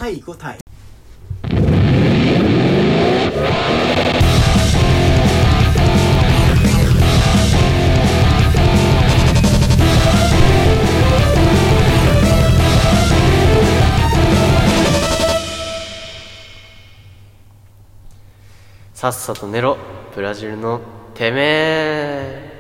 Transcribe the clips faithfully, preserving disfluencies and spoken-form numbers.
タイごタイ。 さっさと寝ろブラジルのてめえ。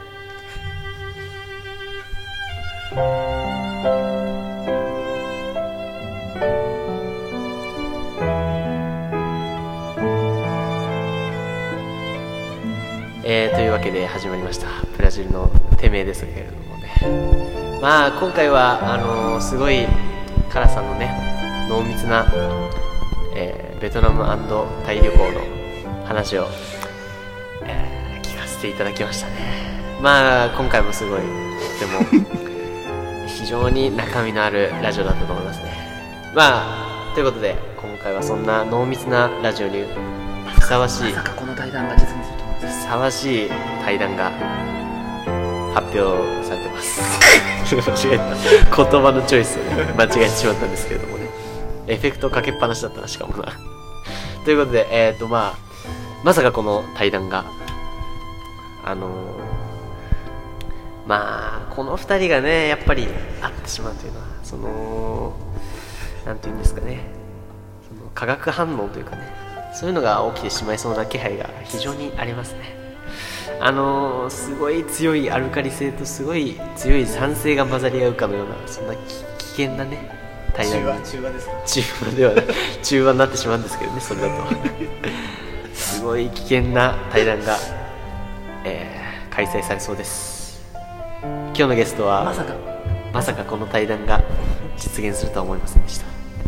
えー、というわけで始まりましたブラジルのてめえですけれどもね。まあ今回はあのー、すごいカラさんのね濃密な、えー、ベトナム&タイ旅行の話を、えー、聞かせていただきましたね。まあ今回もすごいとても非常に中身のあるラジオだったと思いますね。まあということで今回はそんな濃密なラジオにふさわしいまさかこの対談が実現すると思うんです。 ふさわしい対談が発表されてます間違えた言葉のチョイスを、ね、間違えてしまったんですけれどもね。エフェクトかけっぱなしだったな、しかもなということでえっ、ー、とまあまさかこの対談があのー、まあこの二人がねやっぱり会ってしまうというのはそのなんていうんですかね、その化学反応というかね、そういうのが起きてしまいそうな気配が非常にありますね。あのー、すごい強いアルカリ性とすごい強い酸性が混ざり合うかのようなそんな危険なね対談中和中和ですか。 中和ではない中和になってしまうんですけどね、それだとすごい危険な対談が、えー、開催されそうです。今日のゲストはまさかまさかこの対談が実現するとは思いませんでした。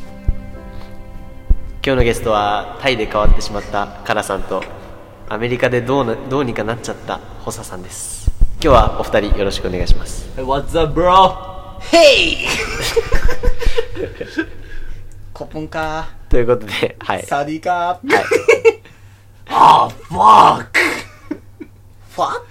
今日のゲストはタイで変わってしまったカラさんとアメリカでどうな、どうにかなっちゃったホサさんです。今日はお二人よろしくお願いします。 What's up bro? Hey コポンかということで、はい、 サディーかー。 はい Ah, fuck! What?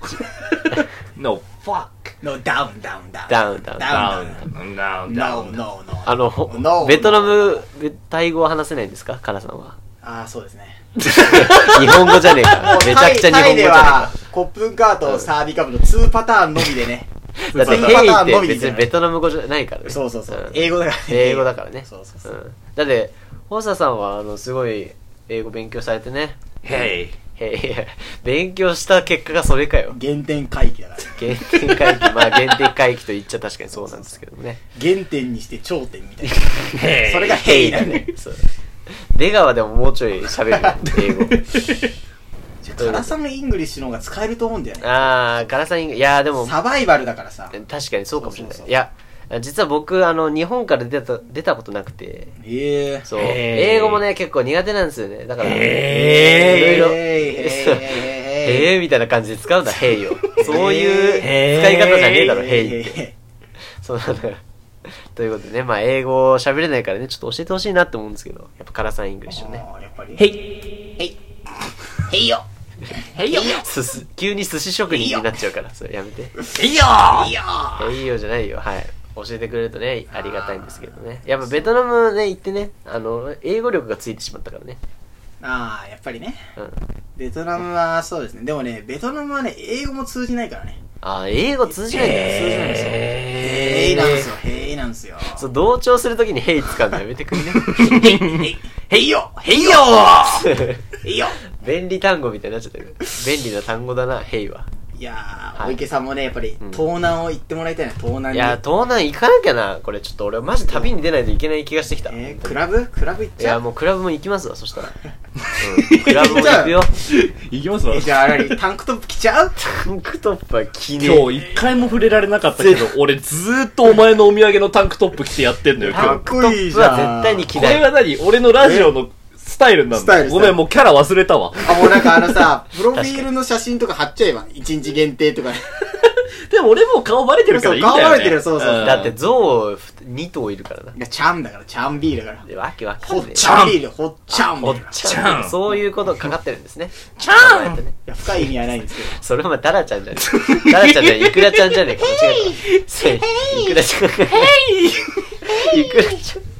No, fuck! No, down, down, down. ダウンダウン Down, Down, No, down, down. no, no. あの、 No. ベトナムタイ語は話せないんですか、カラさんは。 ああ、そうですね。 日本語じゃねえかめちゃくちゃ日本語じゃねタイでえか。 はコップンカーとサーディカップのツーパターンのみでね。 だってツーパターンヘイってのみで別にベトナム語じゃないからね。 そうそうそう、 ん英語だからね。 英語だからね。 そうそうそう、 うん、だってホサさんはあのすごい英語勉強されてね。 Hey! へいや勉強した結果がそれかよ。 原点回帰だから。 原点回帰、まあ原点回帰と言っちゃ確かにそうなんですけどもね。 原点にして頂点みたいな。 Hey! それがヘイだね。 そう出川でももうちょい喋るよ英語。 カラさんのイングリッシュの方が使えると思うんだよね。 あーカラさんいやでもサバイバルだからさ。 確かにそうかもしれない。 そうそうそういや実は僕あの日本から出た出たことなくて、 ええそうへー英語もね結構苦手なんですよね。だからへーいろいろへーへーみたいな感じで使うんだへいよ。そういう使い方じゃねえだろへいって。そうなんだよ。ということでね、まあ英語喋れないからねちょっと教えてほしいなって思うんですけど、やっぱカラさんイングリッシュね。 あーやっぱり。 Hey! へいへいよへいよすす急に寿司職人になっちゃうからそれやめて。 Hey yo! へいよへいよじゃないよ。はい教えてくれるとねありがたいんですけどね。やっぱベトナムね行ってねあの英語力がついてしまったからね。 ああ、やっぱりね。 うんベトナムはそうですね。でもね、ベトナムはね、英語も通じないからね。 あー英語通じないんだよ。 通じないんですよ。へいなんですよ。へいなんですよ。 そう同調するときにヘイ使うのやめてくんね。 へいよへいよへいよ便利単語みたいになっちゃったけど便利な単語だなヘイは。 いやー、 はいお池さんもね、やっぱり、 ん東南を行ってもらいたいな、東南に。 いや東南行かなきゃな。これちょっと俺マジ旅に出ないといけない気がしてきた。 えー、クラブクラブ行っいやちゃう。 もうクラブも行きますわそしたら、うん、クラブも行くよ。 いきますわえ、。じゃあ、何タンクトップ着ちゃうタンクトップは着ねえ。 今日一回も触れられなかったけど、俺ずーっとお前のお土産のタンクトップ着てやってんのよ、 タ今日。 ンクトップは絶対に着こない。 れは何俺のラジオのスタイルなんだ。 スタイルごめん、もうキャラ忘れたわ。 あ、もうなんかあのさ、プロフィールの写真とか貼っちゃえば。一日限定とか。 でも俺もう顔バレてるからいいんだよね。 そう顔バレてるそうそううんだって象に頭いるからな。 いや、チャンだから、チャンビールだから。 でわけわかホッんねえ。 チャンビール、ホッチャンビおール。いっちゃん。そういうことかかってるんですね。 ちゃんね、 や、深い意味はないんですけど。 それお前タラちゃんじゃねえ。タラちゃんじゃねえ。イクラちゃんじゃねえか。間違えた。せいくらちゃん。イクラちゃん。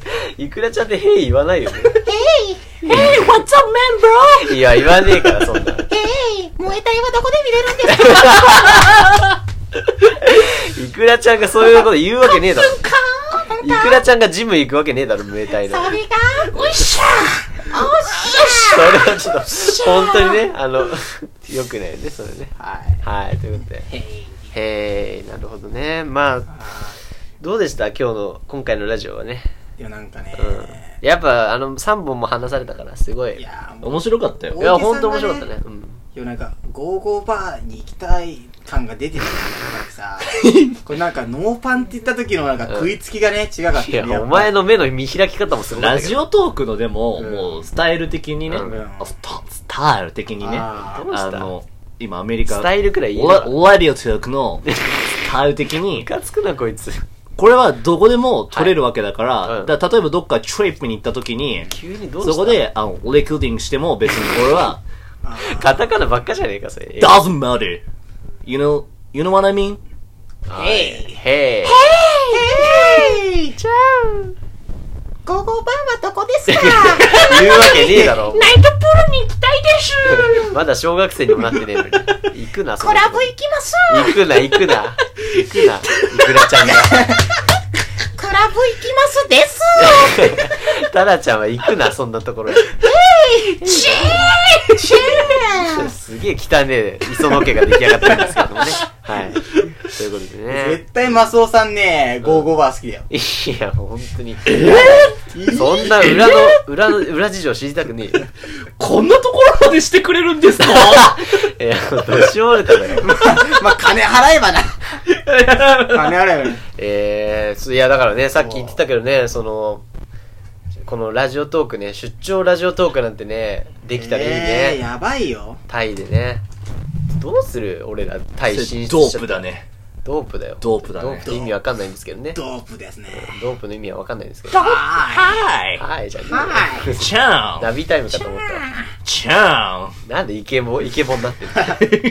いくらちゃんってヘイ言わないよね。 Hey! Hey! What's up, man, bro? いや、言わねえから、そんな。 Hey! 萌え隊はどこで見れるんですか？ いくらちゃんがそういうこと言うわけねえだろ。いくらちゃんがジム行くわけねえだろ、ムエタイの。 それが、おっしゃーおっしそれはちょっと、本当にね、あの、よくないよね、それね。 はいはい、ということで。 へいへー、なるほどね。まあ、どうでした今日の、今回のラジオはね。 いやなんかね、 うん。やっぱ、あの、さんぼんも話されたから、すごい。 いやもう面白かったよ。 いや、 大木さんがねほんと面白かったね。うん。 いやなんかゴーゴーバーに行きたい感が出てるなんかさこれなんかノーパンって言った時のなんか食いつきがね、違かったいや、 よね。 お前の目の見開き方もすごかったけど。 ラジオトークのでも、 うんもうスタイル的にね、 うんあスタスタイル的にね、 あどうしたあの、今アメリカ、 スタイルくらいいいのラか。 ラディオトークのスタイル的にム、カつくな、こいつ。 これはどこでも撮れるわけだから、 はいうんだから例えばどっかトリップに行った時に、 急にどうしたそこで、あの、レコーディングしても別にこれは、 カタカナばっかじゃねえか、それ。 doesn't matter. You know, you know what I mean? へい。へい。 へいちゃう。 ゴーゴーバーはどこですか？ 言うわけねえだろ。 ナイトプールに行きたいです。 まだ小学生にもなってねえのに。行くな、そコラんなとこボ行きます。 行くな、行くな。行くな。いくらちゃんが。 クラブ行きますです。 タラちゃんは行くな、そんなところに。 チェーチェーすげえ汚ねえ磯野家が出来上がってるんですけどもね。はい。ということでね。 絶対マスオさんね、ゴーゴーバー好きだよ。 いや、もう本当に。そんな裏の、裏の、裏事情知りたくねえよ。 こんなところまでしてくれるんですか？ いや、年折れただよ。 まあ、金払えばな。金払えばね。 えー、いや、だからね、さっき言ってたけどね、その、このラジオトークね、出張ラジオトークなんてね、できたらいいえね。 ー、やばいよ。 タイでね。どうする俺ら、タイ進出ドしちゃったープだね。 ドープだよ。 ドープだねドープって意味わかんないんですけどね。 ドープですね。 ドープの意味はわかんないんですけど。 ははい。 はい、じゃあ、 はチャンナビタイムかと思ったわ。 チャンなんでイケボ、イケボになってるの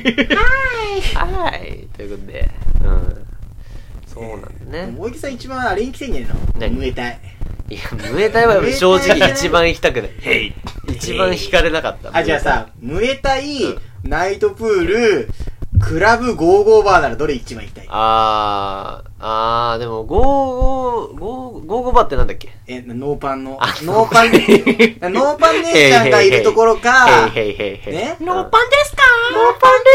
はい。ということで、うん。そうなんだい。 ね。 大木さん一番あれに来てんじゃねえの？ 何ムエタイ。 いや、ムエタイは正直一番行きたくない。 ヘイ一番惹かれなかった。 あ、じゃあさ、ムエタイうん、 ナイトプール、クラブゴーゴーバーならどれ一番行きたい？ あー、あー、でも、ゴーゴー、ゴー、ゴーゴーバってなんだっけ？ え、ノーパンのあ、 ノーパン、ノーパン姉ちゃんがいるところか、 へいへいへいへい。 ね？ ノーパンですか？ ノーパン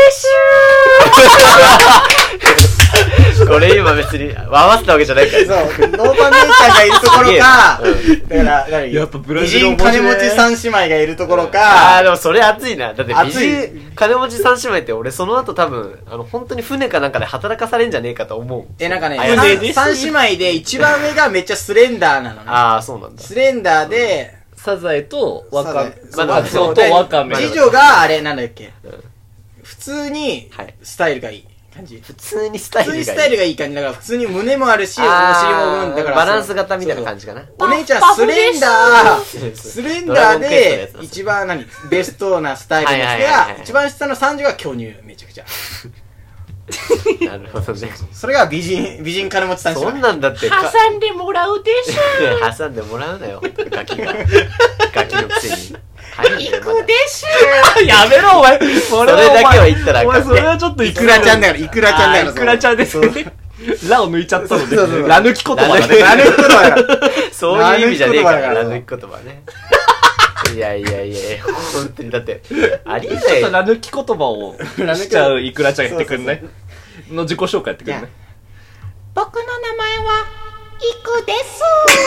ですこれ今別に合わせたわけじゃないから。 そう、ノーパン姉ちゃんがいるところか、 うんだから、何やっぱブラ美ジル人面白い金持ち三姉妹がいるところあー、 か、 でもそれ熱いな。だって美熱い人、金持ち三姉妹って俺その後多分、あの、本当に船かなんかで働かされんじゃねえかと思う。 え、なんかね、 あや船です三三姉妹で一番上がめっちゃスレンダーなのね。 あー、そうなんだ。 スレンダーで、 サザエとワカメ。 そうまあそうとワカメ。 次女があれなんだっけ、 うん普通にはいスタイルがいい感じ。 普通にスタイルがいい。 普通にスタイルがいい感じだから、普通に胸もあるし、お尻あーも、だから。 バランス型みたいな感じかな。 お姉ちゃんスレンダー、スレンダーで、一番何、ベストなスタイルの人はいはいはいはいが、一番下の三女が巨乳、めちゃくちゃ。 なるほどね。 それが美人、美人金持ち三姉そん妹。 なんだってか、 挟んでもらうです。 挟んでもらうなよ、ガキが。ガキのくせに。入るんだよまだ行くです。 やめろ、お前。そそれだけは言ったらあかんお前、それはちょっとイクラちゃんだから、イクラちゃんだから。 イクラちゃんですね。ラを抜いちゃったので、 そうそうそうラ抜き言葉だね。 ラ抜き言葉だから。 そういう意味じゃねえから、 ララ抜き言葉だから抜き言葉ね。いやいやいや、本当に、だって、ありえちょっとない。 ラ抜き言葉をしちゃうイクラちゃんやってくんないの自己紹介やってくんない僕の名前は、イクです。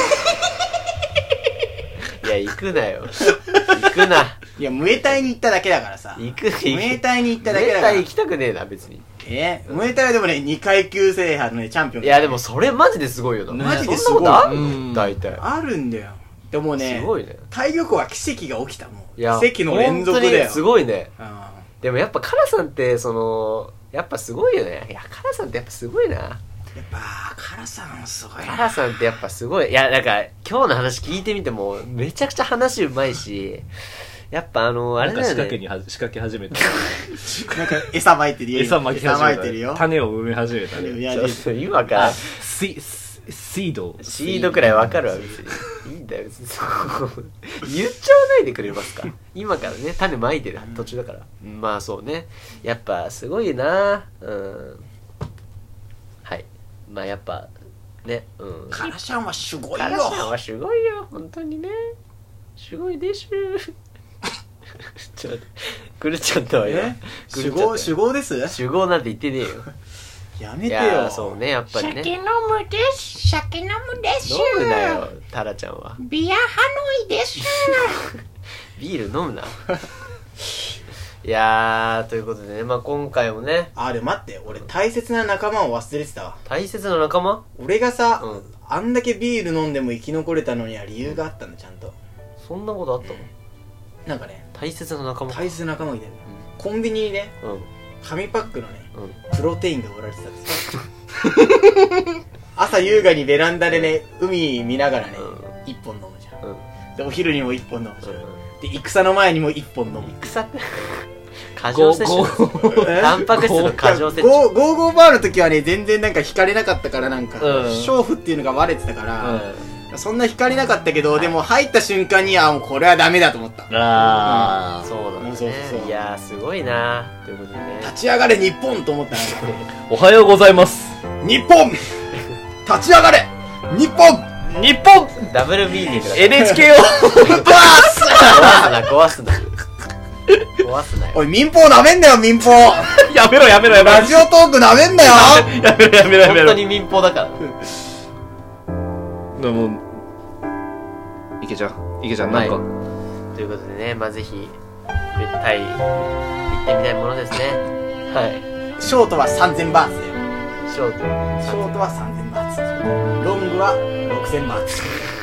いや、行くなよ。行くな。 いや、ムエタイに行っただけだからさ。 行く、行く。 ムエタイに行っただけだムエから。 タイ行きたくねえな、別に。 えムエタイはでもね、にかい級制覇のね、チャンピオン。 いや、でもそれマジですごいよな。 マジですごいそんなことあるうんの大体。 あるんだよ。でもね、 すごいね。 タイ旅行は奇跡が起きたもん。 いや、 奇跡の連続だよ。 本当にすごいね。 うんでもやっぱカラさんって、その、やっぱすごいよね。いや、カラさんってやっぱすごいな。 やっぱ、カラさんもすごいな。 カラさんってやっぱすごい。いや、なんか、今日の話聞いてみても、めちゃくちゃ話うまいし、やっぱあの、あなんかれだよね。 仕掛けには仕掛け始めた。 なんか、餌撒いてるよ。 餌巻き始めた。 餌撒いてるよ。 種を埋め始めたね。 いやちょっと今から、 シ、 シードシードくらいわかるわ別にいいんだよ別に言っちゃわないでくれますか今からね種まいてる途中だから、うん、まあそうねやっぱすごいなうんはいまあやっぱねうんカラシャンはすごいよカラシャンはすごいよ本当にねすごいでしゅちょっと狂っちゃったわよ酒豪酒豪です酒豪なんて言ってねえよやめてよ。 いやそうねやっぱりね酒飲むです酒飲むです飲むなよタラちゃんはビアハノイですビール飲むないやーということでねまあ今回もねあれ待って俺大切な仲間を忘れてたわ大切な仲間俺がさ、 うん、 あんだけビール飲んでも生き残れたのには理由があったんだちゃんとそんなことあったのなんかね大切な仲間大切な仲間がいたよ、うん、コンビニにね、うん、紙パックのね、うん、プロテインが売られてたんですよ朝優雅にベランダでね海見ながらね、うん、いっぽん飲むじゃん、うん、でお昼にもいっぽん飲むじゃん、うん、で戦の前にもいっぽん飲む戦って過剰摂取タンパク質の過剰摂取ゴーゴーゴーバーの時はね全然なんか惹かれなかったからなんか、うん、娼婦っていうのがバレてたから、うん、そんな惹かれなかったけど、はい、でも入った瞬間にはもうこれはダメだと思った。 ああ、うん、そうだね。 そうそうそう。 いやーすごいなということでね。 立ち上がれ日本と思ったな。 おはようございます。 日本立ち上がれ日本日本ダブルミーティングだエヌエイチケー を壊すな壊すな壊すなよ。 おい民放なめんなよ民放やめろやめろやめろラジオトークなめんなよやめろやめろやめろ本当に民放だからでも池ちゃん池ちゃんなんか、 はい、ということでねまあぜひタイ行ってみたいものですね。はいショートはさんぜんバーツだよ。 ショートショートはさんぜんバーツロングはろくせんバーツ